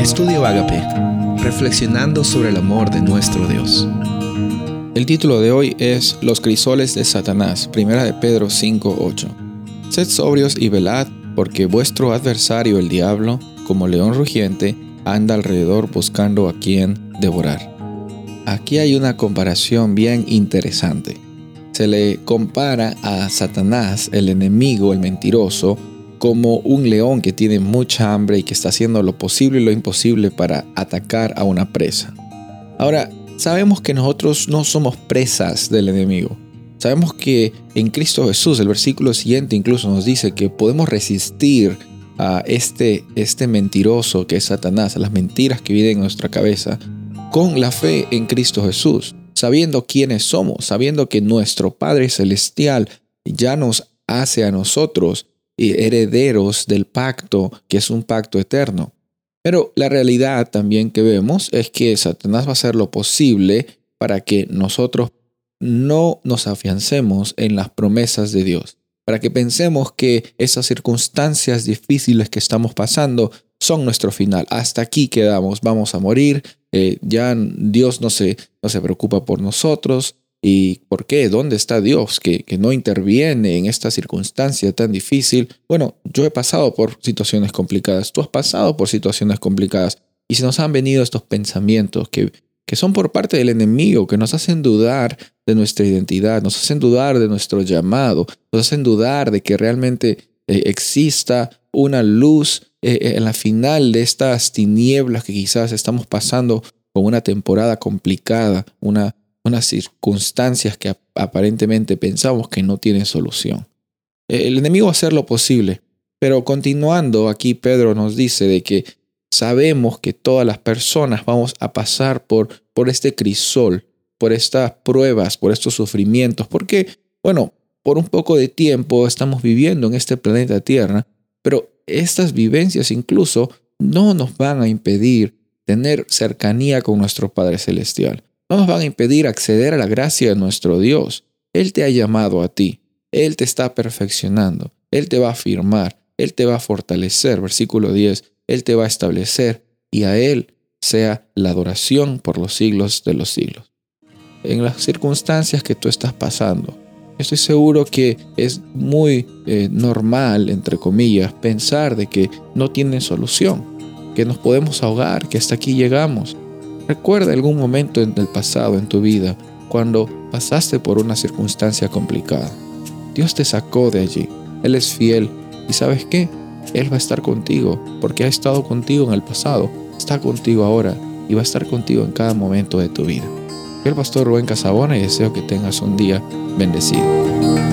Estudio Ágape, reflexionando sobre el amor de nuestro Dios. El título de hoy es Los crisoles de Satanás, 1 de Pedro 5:8. Sed sobrios y velad, porque vuestro adversario el diablo, como león rugiente, anda alrededor buscando a quien devorar. Aquí hay una comparación bien interesante. Se le compara a Satanás, el enemigo, el mentiroso, como un león que tiene mucha hambre y que está haciendo lo posible y lo imposible para atacar a una presa. Ahora, sabemos que nosotros no somos presas del enemigo. Sabemos que en Cristo Jesús, el versículo siguiente incluso nos dice que podemos resistir a este mentiroso que es Satanás, a las mentiras que viven en nuestra cabeza, con la fe en Cristo Jesús, sabiendo quiénes somos, sabiendo que nuestro Padre Celestial ya nos hace a nosotros herederos del pacto, que es un pacto eterno. Pero la realidad también que vemos es que Satanás va a hacer lo posible para que nosotros no nos afiancemos en las promesas de Dios, para que pensemos que esas circunstancias difíciles que estamos pasando son nuestro final. Hasta aquí quedamos, vamos a morir, ya Dios no se preocupa por nosotros. ¿Y por qué? ¿Dónde está Dios que no interviene en esta circunstancia tan difícil? Bueno, yo he pasado por situaciones complicadas, tú has pasado por situaciones complicadas y se nos han venido estos pensamientos que son por parte del enemigo, que nos hacen dudar de nuestra identidad, nos hacen dudar de nuestro llamado, nos hacen dudar de que realmente exista una luz en la final de estas tinieblas que quizás estamos pasando con una temporada complicada, unas circunstancias que aparentemente pensamos que no tienen solución. El enemigo va a hacer lo posible, pero continuando aquí Pedro nos dice de que sabemos que todas las personas vamos a pasar por este crisol, por estas pruebas, por estos sufrimientos, porque, bueno, por un poco de tiempo estamos viviendo en este planeta Tierra, pero estas vivencias incluso no nos van a impedir tener cercanía con nuestro Padre Celestial. No nos van a impedir acceder a la gracia de nuestro Dios. Él te ha llamado a ti. Él te está perfeccionando. Él te va a afirmar. Él te va a fortalecer. Versículo 10. Él te va a establecer y a Él sea la adoración por los siglos de los siglos. En las circunstancias que tú estás pasando, estoy seguro que es muy normal, entre comillas, pensar de que no tienen solución, que nos podemos ahogar, que hasta aquí llegamos. Recuerda algún momento en el pasado, en tu vida, cuando pasaste por una circunstancia complicada. Dios te sacó de allí. Él es fiel. ¿Y sabes qué? Él va a estar contigo, porque ha estado contigo en el pasado, está contigo ahora y va a estar contigo en cada momento de tu vida. Soy el pastor Rubén Casabona y deseo que tengas un día bendecido.